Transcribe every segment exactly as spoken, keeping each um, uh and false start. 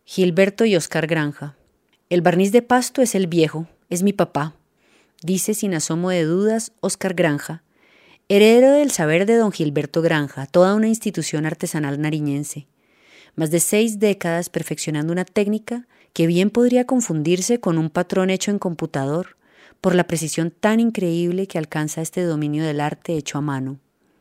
Gilberto y Óscar Granja. El barniz de pasto es el viejo, es mi papá, dice sin asomo de dudas Óscar Granja, heredero del saber de don Gilberto Granja, toda una institución artesanal nariñense. Más de seis décadas perfeccionando una técnica que bien podría confundirse con un patrón hecho en computador, por la precisión tan increíble que alcanza este dominio del arte hecho a mano.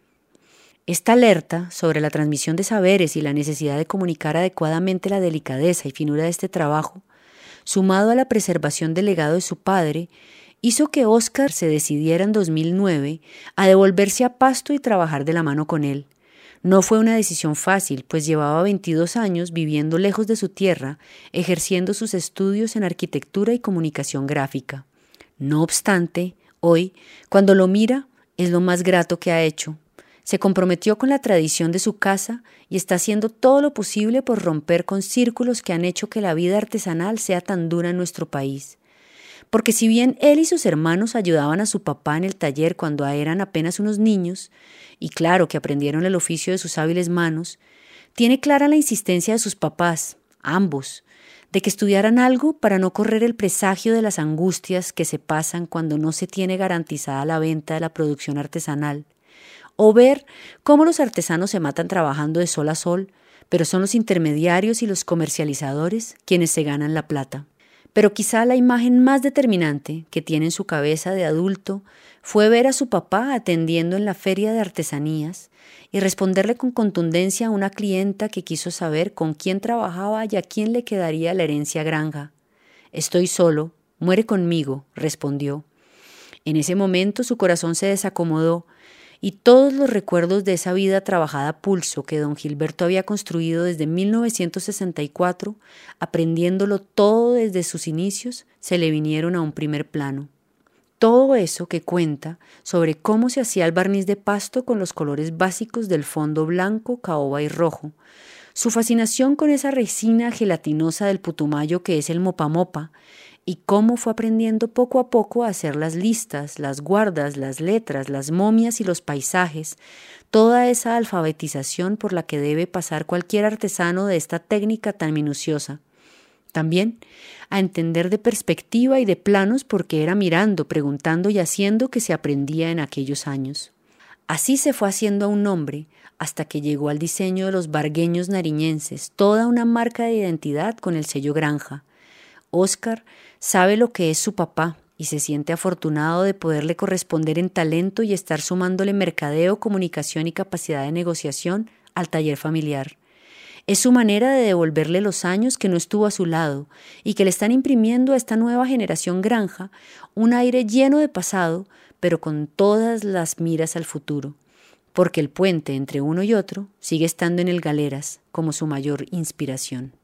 Esta alerta sobre la transmisión de saberes y la necesidad de comunicar adecuadamente la delicadeza y finura de este trabajo, sumado a la preservación del legado de su padre, hizo que Óscar se decidiera en dos mil nueve a devolverse a Pasto y trabajar de la mano con él. No fue una decisión fácil, pues llevaba veintidós años viviendo lejos de su tierra, ejerciendo sus estudios en arquitectura y comunicación gráfica. No obstante, hoy, cuando lo mira, es lo más grato que ha hecho. Se comprometió con la tradición de su casa y está haciendo todo lo posible por romper con círculos que han hecho que la vida artesanal sea tan dura en nuestro país. Porque si bien él y sus hermanos ayudaban a su papá en el taller cuando eran apenas unos niños, y claro que aprendieron el oficio de sus hábiles manos, tiene clara la insistencia de sus papás, ambos, de que estudiaran algo para no correr el presagio de las angustias que se pasan cuando no se tiene garantizada la venta de la producción artesanal, o ver cómo los artesanos se matan trabajando de sol a sol, pero son los intermediarios y los comercializadores quienes se ganan la plata. Pero quizá la imagen más determinante que tiene en su cabeza de adulto fue ver a su papá atendiendo en la feria de artesanías y responderle con contundencia a una clienta que quiso saber con quién trabajaba y a quién le quedaría la herencia Granja. «Estoy solo, muere conmigo», respondió. En ese momento su corazón se desacomodó y todos los recuerdos de esa vida trabajada a pulso que don Gilberto había construido desde mil novecientos sesenta y cuatro, aprendiéndolo todo desde sus inicios, se le vinieron a un primer plano. Todo eso que cuenta sobre cómo se hacía el barniz de pasto con los colores básicos del fondo blanco, caoba y rojo, su fascinación con esa resina gelatinosa del putumayo que es el mopa-mopa, y cómo fue aprendiendo poco a poco a hacer las listas, las guardas, las letras, las momias y los paisajes, toda esa alfabetización por la que debe pasar cualquier artesano de esta técnica tan minuciosa. También a entender de perspectiva y de planos porque era mirando, preguntando y haciendo que se aprendía en aquellos años. Así se fue haciendo a un nombre hasta que llegó al diseño de los vargueños nariñenses, toda una marca de identidad con el sello Granja. Óscar sabe lo que es su papá y se siente afortunado de poderle corresponder en talento y estar sumándole mercadeo, comunicación y capacidad de negociación al taller familiar. Es su manera de devolverle los años que no estuvo a su lado y que le están imprimiendo a esta nueva generación Granja un aire lleno de pasado, pero con todas las miras al futuro, porque el puente entre uno y otro sigue estando en el Galeras como su mayor inspiración.